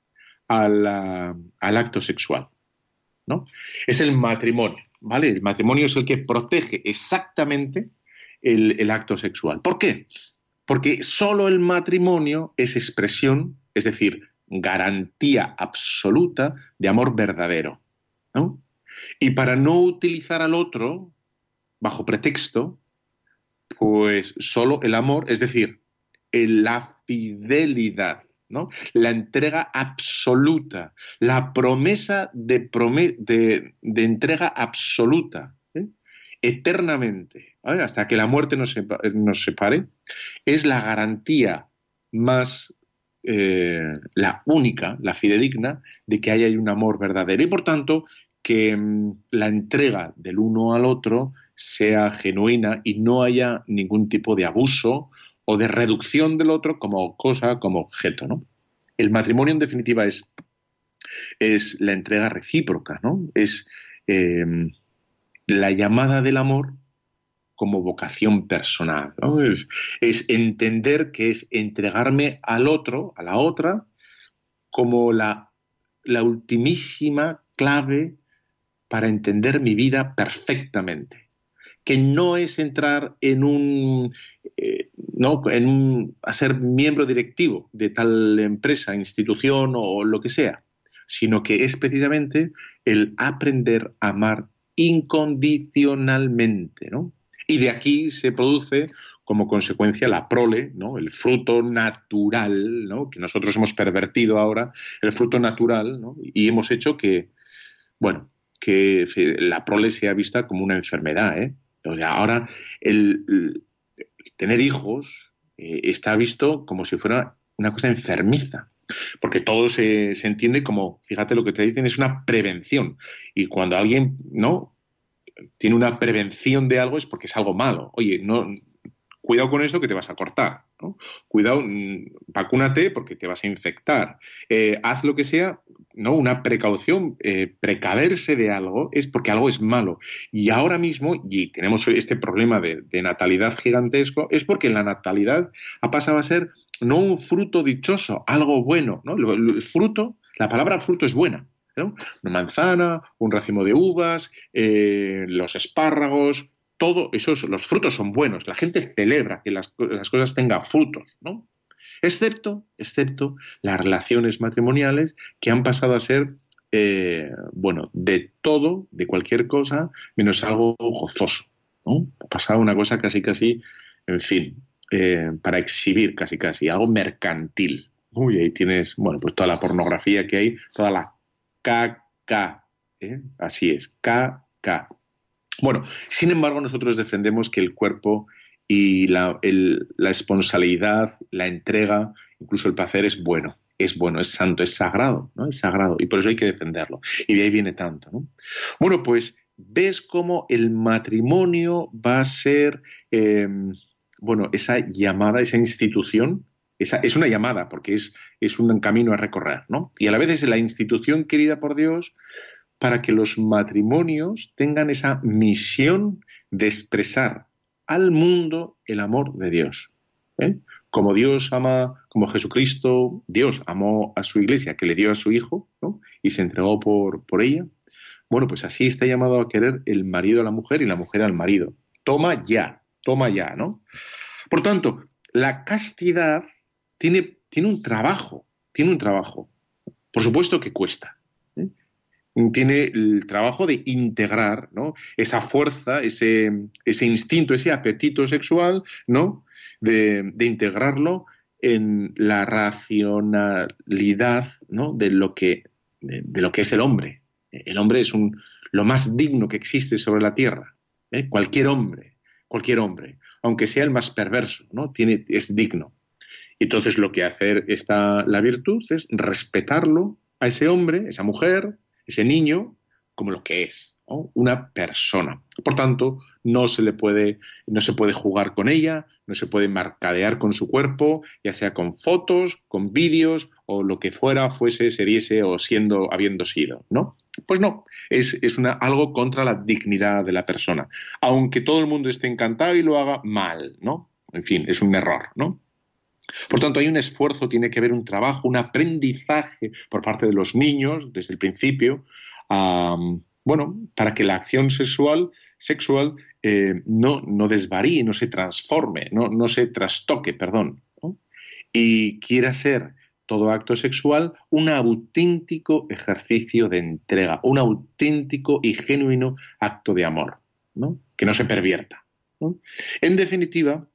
al acto sexual, ¿no? Es el matrimonio, ¿vale? El matrimonio es el que protege exactamente el acto sexual. ¿Por qué? Porque solo el matrimonio es expresión, es decir, garantía absoluta de amor verdadero, ¿no? Y para no utilizar al otro bajo pretexto, pues solo el amor, es decir, la fidelidad, ¿no? La entrega absoluta, la promesa de entrega absoluta, ¿eh? Eternamente, ¿vale? Hasta que la muerte nos separe, es la garantía más, la única, la fidedigna, de que haya un amor verdadero y por tanto que la entrega del uno al otro sea genuina y no haya ningún tipo de abuso o de reducción del otro como cosa, como objeto, ¿no? El matrimonio, en definitiva, es la entrega recíproca, ¿no? Es la llamada del amor como vocación personal, ¿no? Es entender que es entregarme al otro, a la otra, como la ultimísima clave para entender mi vida perfectamente. Que no es entrar a ser miembro directivo de tal empresa, institución o lo que sea, sino que es precisamente el aprender a amar incondicionalmente, ¿no? Y de aquí se produce como consecuencia la prole, ¿no? El fruto natural, ¿no? Que nosotros hemos pervertido ahora, el fruto natural, ¿no? Y hemos hecho que, bueno, que la prole sea vista como una enfermedad, ¿eh? O sea, ahora el tener hijos está visto como si fuera una cosa enfermiza, porque todo se entiende como, fíjate lo que te dicen, es una prevención. Y cuando alguien, ¿no?, tiene una prevención de algo es porque es algo malo. Oye, no, cuidado con esto que te vas a cortar, ¿no? Cuidado, vacúnate porque te vas a infectar. Haz lo que sea, ¿no? Una precaución, precaverse de algo es porque algo es malo. Y ahora mismo, y tenemos este problema de natalidad gigantesco, es porque la natalidad ha pasado a ser no un fruto dichoso, algo bueno, ¿no? El fruto, la palabra fruto es buena, ¿no? Una manzana, un racimo de uvas, los espárragos, todo esos, los frutos son buenos. La gente celebra que las cosas tengan frutos, ¿no? Excepto las relaciones matrimoniales que han pasado a ser, bueno, de todo, de cualquier cosa, menos algo gozoso, ¿no? Ha pasado una cosa casi, en fin, para exhibir casi, algo mercantil. Uy, ahí tienes, bueno, pues toda la pornografía que hay, toda la KK, ¿eh? Así es, KK. Bueno, sin embargo, nosotros defendemos que el cuerpo y la responsabilidad, la entrega, incluso el placer es bueno, es santo, es sagrado, ¿no? Es sagrado y por eso hay que defenderlo. Y de ahí viene tanto, ¿no? Bueno, pues ves cómo el matrimonio va a ser, bueno, esa llamada, esa institución. Es una llamada porque es un camino a recorrer, ¿no? Y a la vez es la institución querida por Dios para que los matrimonios tengan esa misión de expresar al mundo el amor de Dios, ¿eh? Como Dios ama, como Jesucristo, Dios amó a su iglesia, que le dio a su hijo, ¿no? Y se entregó por ella. Bueno, pues así está llamado a querer el marido a la mujer y la mujer al marido. Toma ya, ¿no? Por tanto, la castidad tiene un trabajo, Por supuesto que cuesta. Tiene el trabajo de integrar, ¿no?, esa fuerza, ese instinto, ese apetito sexual, ¿no?, de integrarlo en la racionalidad, ¿no?, de lo que es el hombre. El hombre es lo más digno que existe sobre la tierra. Cualquier hombre, aunque sea el más perverso, ¿no?, es digno. Entonces lo que hace la virtud es respetarlo a ese hombre, esa mujer, ese niño, como lo que es, ¿no?, una persona. Por tanto, no se puede jugar con ella, no se puede mercadear con su cuerpo, ya sea con fotos, con vídeos o lo que fuese, seriese o habiendo sido, ¿no? Pues no, es algo contra la dignidad de la persona, aunque todo el mundo esté encantado y lo haga mal, ¿no? En fin, es un error, ¿no? Por tanto, hay un esfuerzo, tiene que haber un trabajo, un aprendizaje por parte de los niños desde el principio, para que la acción sexual no desvaríe, no se transforme, no se trastoque, perdón, ¿no? Y quiera ser todo acto sexual un auténtico ejercicio de entrega, un auténtico y genuino acto de amor, ¿no?, que no se pervierta, ¿no? En definitiva,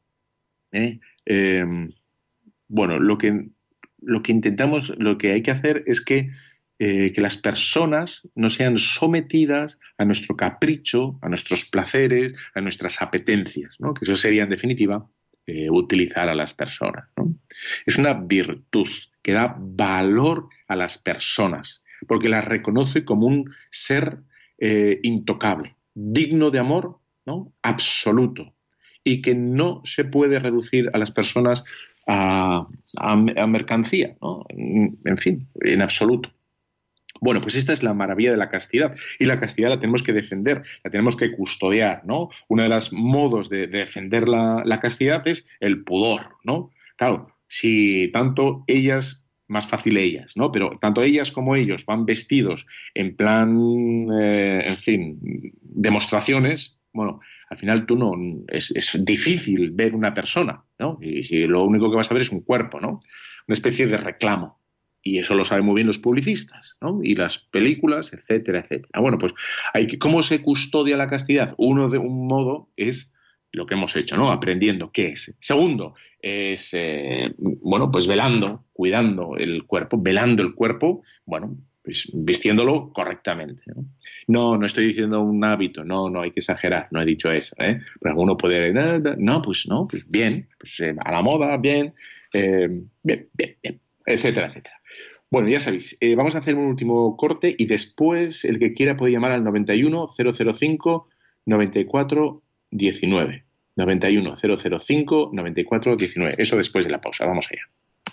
lo que intentamos, lo que hay que hacer es que las personas no sean sometidas a nuestro capricho, a nuestros placeres, a nuestras apetencias, ¿no?, que eso sería, en definitiva, utilizar a las personas, ¿no? Es una virtud que da valor a las personas, porque las reconoce como un ser intocable, digno de amor, ¿no?, absoluto, y que no se puede reducir a las personas a mercancía, ¿no?, en fin, en absoluto. Bueno, pues esta es la maravilla de la castidad, y la castidad la tenemos que defender, la tenemos que custodiar, ¿no? Uno de los modos de defender la castidad es el pudor, ¿no? Claro, si tanto ellas, más fácil ellas, ¿no? Pero tanto ellas como ellos van vestidos en plan, en fin, demostraciones, bueno, al final es difícil ver una persona, ¿no? Y si lo único que vas a ver es un cuerpo, ¿no? Una especie de reclamo. Y eso lo saben muy bien los publicistas, ¿no? Y las películas, etcétera, etcétera. Bueno, pues ¿cómo se custodia la castidad? Un modo es lo que hemos hecho, ¿no? Aprendiendo qué es. Segundo, es, pues velando, cuidando el cuerpo, bueno, pues vistiéndolo correctamente, ¿no? No estoy diciendo un hábito, no hay que exagerar, no he dicho eso, ¿eh? Pero alguno puede, pues bien, pues a la moda, bien, etcétera, etcétera. Bueno, ya sabéis, vamos a hacer un último corte y después el que quiera puede llamar al 91 005 94 19. 91 005 94 19. Eso después de la pausa. Vamos allá.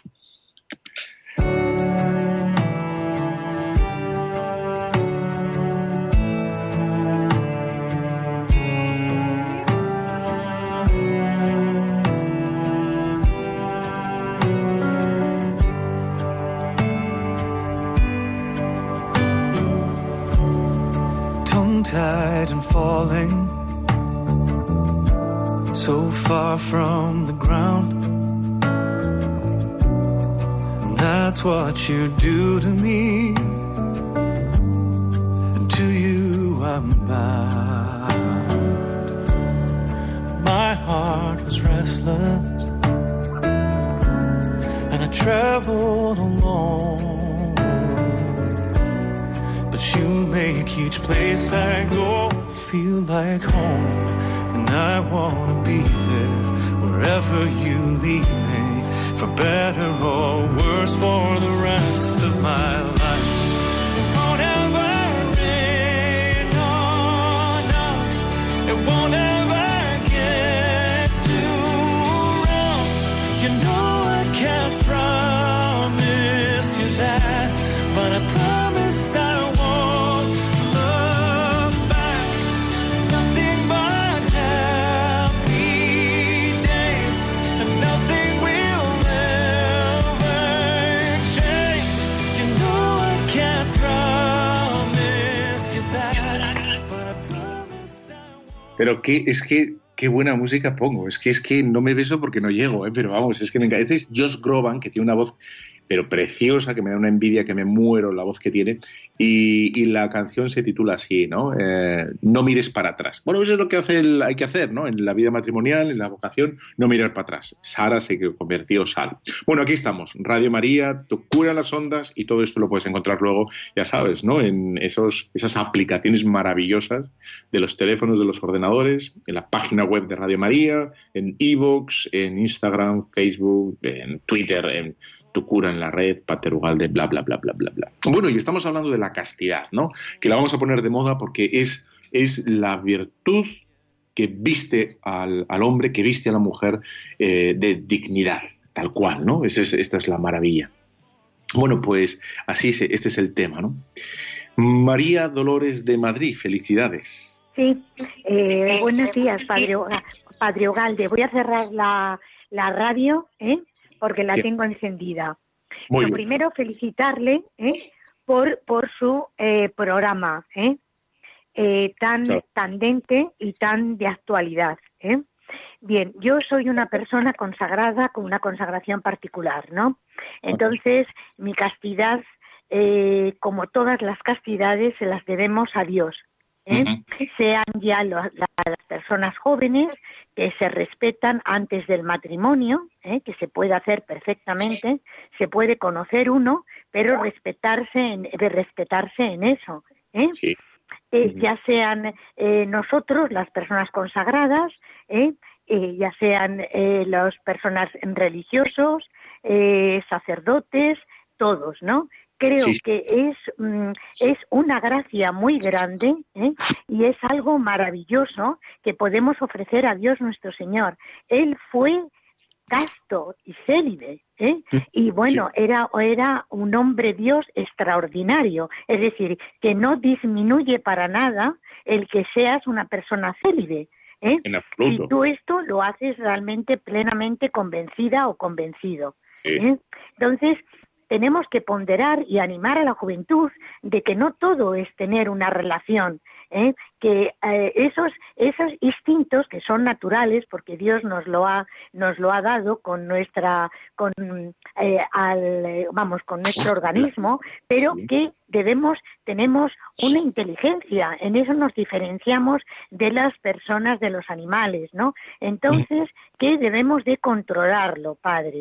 Tongue-tied and falling so far from the ground, and that's what you do to me, and to you I'm bound. My heart was restless and I traveled alone, but you make each place I go feel like home. And I wanna be there wherever you lead me, for better or worse, for the rest of my life. It won't ever rain on us, it won't ever get too rough. You know I can't promise you that, but I promise I won't look back. Nothing but happy days, and nothing will ever change. You know I can't promise you that, but I promise I won't. Pero es que Qué buena música pongo. Es que no me beso porque no llego, pero vamos, es que me encanta. Este es Josh Groban, que tiene una voz pero preciosa, que me da una envidia, que me muero la voz que tiene, y la canción se titula así, ¿no? No mires para atrás. Bueno, eso es lo que hay que hacer, ¿no? En la vida matrimonial, en la vocación, no mirar para atrás. Sara se convirtió Sal. Bueno, aquí estamos, Radio María, tu cura en las ondas, y todo esto lo puedes encontrar luego, ya sabes, ¿no? En esas aplicaciones maravillosas de los teléfonos, de los ordenadores, en la página web de Radio María, en iVoox, en Instagram, Facebook, en Twitter, en Tu cura en la red, Pater Ugalde, bla, bla, bla, bla, bla, bla. Bueno, y estamos hablando de la castidad, ¿no? Que la vamos a poner de moda porque es la virtud que viste al hombre, que viste a la mujer de dignidad, tal cual, ¿no? Esta es la maravilla. Bueno, pues así este es el tema, ¿no? María Dolores de Madrid, felicidades. Sí, buenos días, Padre Ugalde. Voy a cerrar la radio, porque la tengo encendida. Lo primero, felicitarle por su programa tan candente y tan de actualidad. Bien, yo soy una persona consagrada con una consagración particular, ¿no? Entonces, mi castidad, como todas las castidades, se las debemos a Dios. Sean ya las personas jóvenes que se respetan antes del matrimonio, que se puede hacer perfectamente, se puede conocer uno, pero respetarse en eso. Sí. Ya sean nosotros, las personas consagradas, ya sean las personas religiosos, sacerdotes, todos, ¿no? Creo que es una gracia muy grande y es algo maravilloso que podemos ofrecer a Dios nuestro Señor. Él fue casto y célibe, y bueno, era un hombre Dios extraordinario, es decir, que no disminuye para nada el que seas una persona célibe. En absoluto. Y tú esto lo haces realmente plenamente convencida o convencido. Entonces, tenemos que ponderar y animar a la juventud de que no todo es tener una relación, que esos instintos que son naturales, porque Dios nos lo ha dado con nuestro organismo, pero que tenemos una inteligencia, en eso nos diferenciamos de las personas, de los animales, ¿no? Entonces, que debemos de controlarlo, Padre,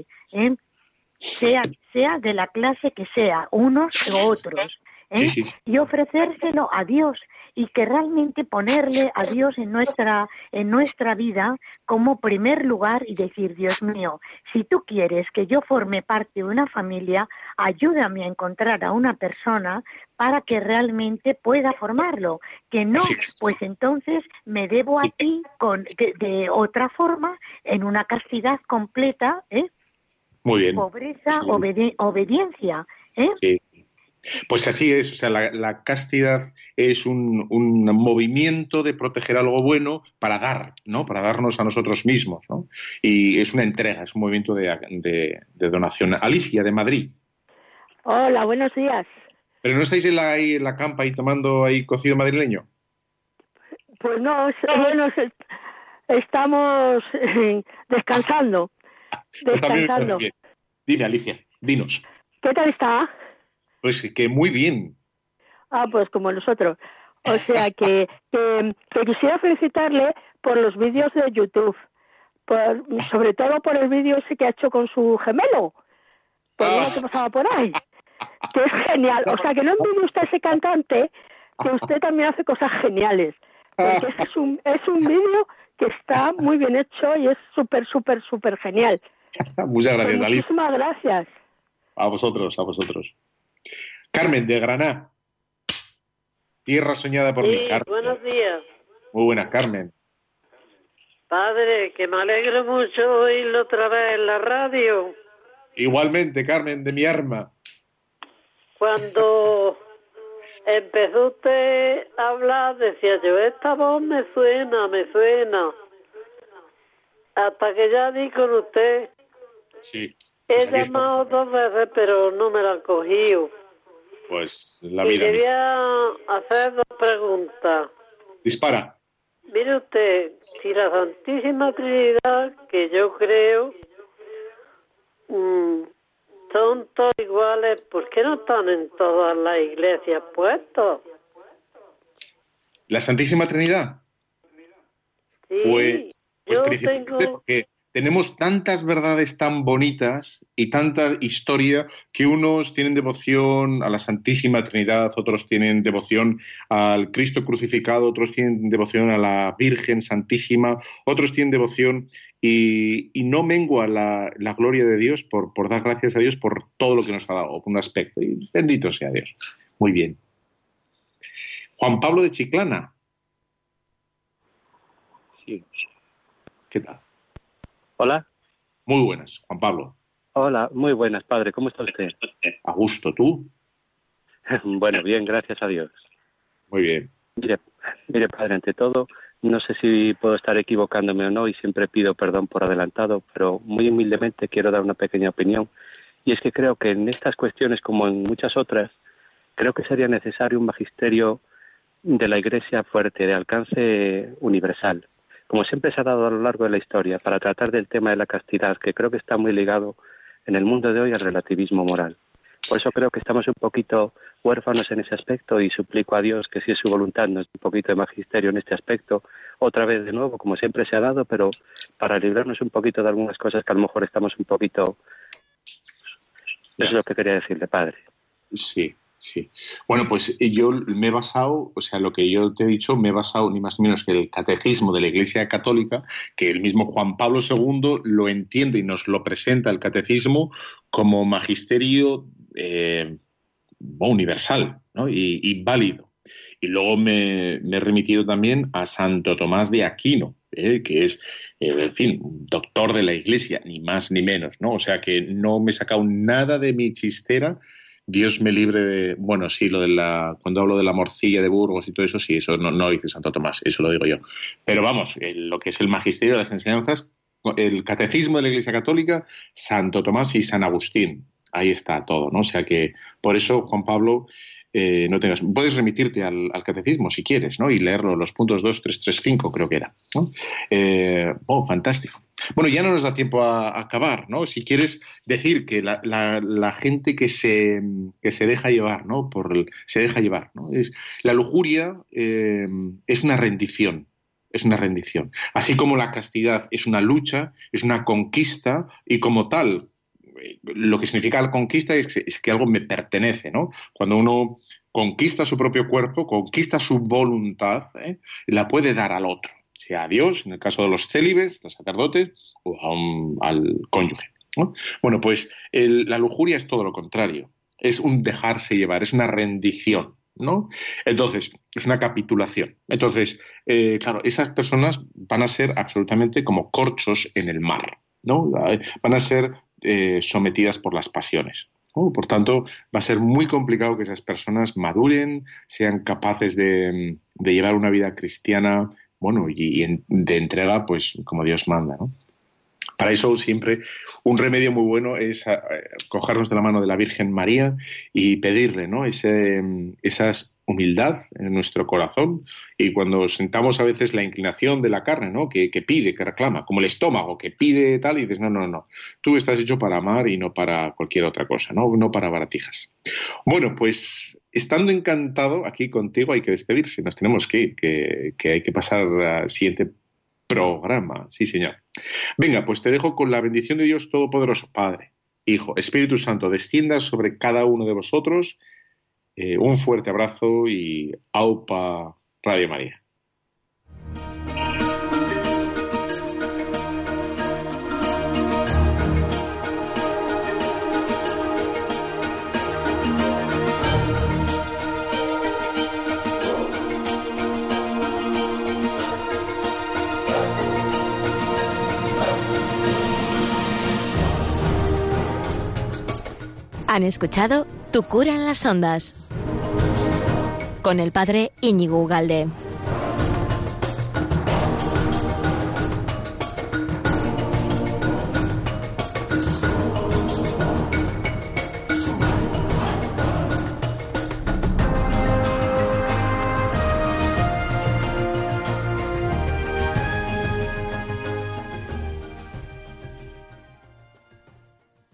sea de la clase que sea, unos u otros, y ofrecérselo a Dios, y que realmente ponerle a Dios en nuestra vida como primer lugar y decir, Dios mío, si tú quieres que yo forme parte de una familia, ayúdame a encontrar a una persona para que realmente pueda formarlo, que no, pues entonces me debo a ti de otra forma, en una castidad completa, Muy bien. Pobreza, obediencia. Sí. Pues así es, o sea, la castidad es un movimiento de proteger algo bueno para dar, ¿no? Para darnos a nosotros mismos, ¿no? Y es una entrega, es un movimiento de donación. Alicia, de Madrid. Hola, buenos días. ¿Pero no estáis ahí en la campa y tomando ahí cocido madrileño? Pues no, bueno, estamos descansando. Descansando. Bien. Dime, Alicia, dinos. ¿Qué tal está? Pues que muy bien. Pues como nosotros. O sea que quisiera felicitarle por los vídeos de YouTube, sobre todo por el vídeo ese que ha hecho con su gemelo, por lo que pasaba por ahí, que es genial. O sea que no envidia usted ese cantante, que usted también hace cosas geniales, porque es un vídeo que está muy bien hecho y es súper, súper, súper genial. Muchas gracias, Alicia. Muchísimas gracias. A vosotros. Carmen, de Granada. Tierra soñada por mí, Carmen. Buenos días. Muy buenas, Carmen. Padre, que me alegro mucho oírlo otra vez en la radio. Igualmente, Carmen, de mi arma. Cuando empezó usted a hablar, decía yo, esta voz me suena. Hasta que ya di con usted. Sí. He llamado 2 veces, pero no me la han cogido. Pues la vida. Y quería hacer 2 preguntas. Dispara. mire usted, si la Santísima Trinidad, que yo creo, son todos iguales, ¿por qué no están en todas las iglesias puestos? ¿La Santísima Trinidad? Sí, pues principalmente tengo... porque tenemos tantas verdades tan bonitas y tanta historia que unos tienen devoción a la Santísima Trinidad, otros tienen devoción al Cristo crucificado, otros tienen devoción a la Virgen Santísima, otros tienen devoción y no mengua la gloria de Dios por dar gracias a Dios por todo lo que nos ha dado, por un aspecto. Y bendito sea Dios. Muy bien. Juan Pablo de Chiclana. Sí. ¿Qué tal? Hola. Muy buenas, Juan Pablo. Hola, muy buenas, padre. ¿Cómo está usted? A gusto, ¿tú? Bueno, bien, gracias a Dios. Muy bien. Mire, padre, ante todo, no sé si puedo estar equivocándome o no y siempre pido perdón por adelantado, pero muy humildemente quiero dar una pequeña opinión. Y es que creo que en estas cuestiones, como en muchas otras, creo que sería necesario un magisterio de la Iglesia fuerte, de alcance universal, como siempre se ha dado a lo largo de la historia, para tratar del tema de la castidad, que creo que está muy ligado en el mundo de hoy al relativismo moral. Por eso creo que estamos un poquito huérfanos en ese aspecto y suplico a Dios que si es su voluntad nos dé un poquito de magisterio en este aspecto, otra vez de nuevo, como siempre se ha dado, pero para librarnos un poquito de algunas cosas que a lo mejor estamos un poquito... Eso es lo que quería decirle, padre. Sí. Sí. Bueno, pues yo me he basado, o sea, lo que yo te he dicho, me he basado ni más ni menos que el catecismo de la Iglesia Católica, que el mismo Juan Pablo II lo entiende y nos lo presenta el catecismo como magisterio universal, ¿no? y válido. Y luego me he remitido también a Santo Tomás de Aquino, que es, en fin, doctor de la Iglesia, ni más ni menos, ¿no? O sea que no me he sacado nada de mi chistera. Dios me libre de... Bueno, sí, lo de cuando hablo de la morcilla de Burgos y todo eso, sí, eso no lo dice Santo Tomás, eso lo digo yo. Pero vamos, lo que es el magisterio de las enseñanzas, el catecismo de la Iglesia Católica, Santo Tomás y San Agustín. Ahí está todo, ¿no? O sea que, por eso, Juan Pablo, puedes remitirte al catecismo si quieres, ¿no? Y leerlo, los puntos 2, 3, 3, 5 creo que era, ¿no? Fantástico. Bueno, ya no nos da tiempo a acabar, ¿no? Si quieres decir que la gente que se deja llevar, ¿no? Se deja llevar, ¿no? La lujuria es una rendición. Es una rendición. Así como la castidad es una lucha, es una conquista, y como tal, lo que significa la conquista es que algo me pertenece, ¿no? Cuando uno conquista su propio cuerpo, conquista su voluntad, la puede dar al otro, sea a Dios, en el caso de los célibes, los sacerdotes, o al cónyuge, ¿no? Bueno, pues la lujuria es todo lo contrario, es un dejarse llevar, es una rendición, ¿no? Entonces, es una capitulación. Entonces, claro, esas personas van a ser absolutamente como corchos en el mar, ¿no? Van a ser sometidas por las pasiones, ¿no? Por tanto, va a ser muy complicado que esas personas maduren, sean capaces de llevar una vida cristiana, bueno, y de entrega, pues como Dios manda, ¿no? Para eso siempre un remedio muy bueno es cogernos de la mano de la Virgen María y pedirle, ¿no? Esa humildad en nuestro corazón, y cuando sentamos a veces la inclinación de la carne, ¿no? Que pide, que reclama, como el estómago que pide tal, y dices, no, tú estás hecho para amar y no para cualquier otra cosa, no para baratijas. Bueno, pues estando encantado aquí contigo, hay que despedirse, nos tenemos que ir, que hay que pasar al siguiente programa. Sí, señor. Venga, pues te dejo con la bendición de Dios Todopoderoso, Padre, Hijo, Espíritu Santo, descienda sobre cada uno de vosotros. Un fuerte abrazo y aupa Radio María. Han escuchado Tu cura en las ondas con el padre Íñigo Ugalde.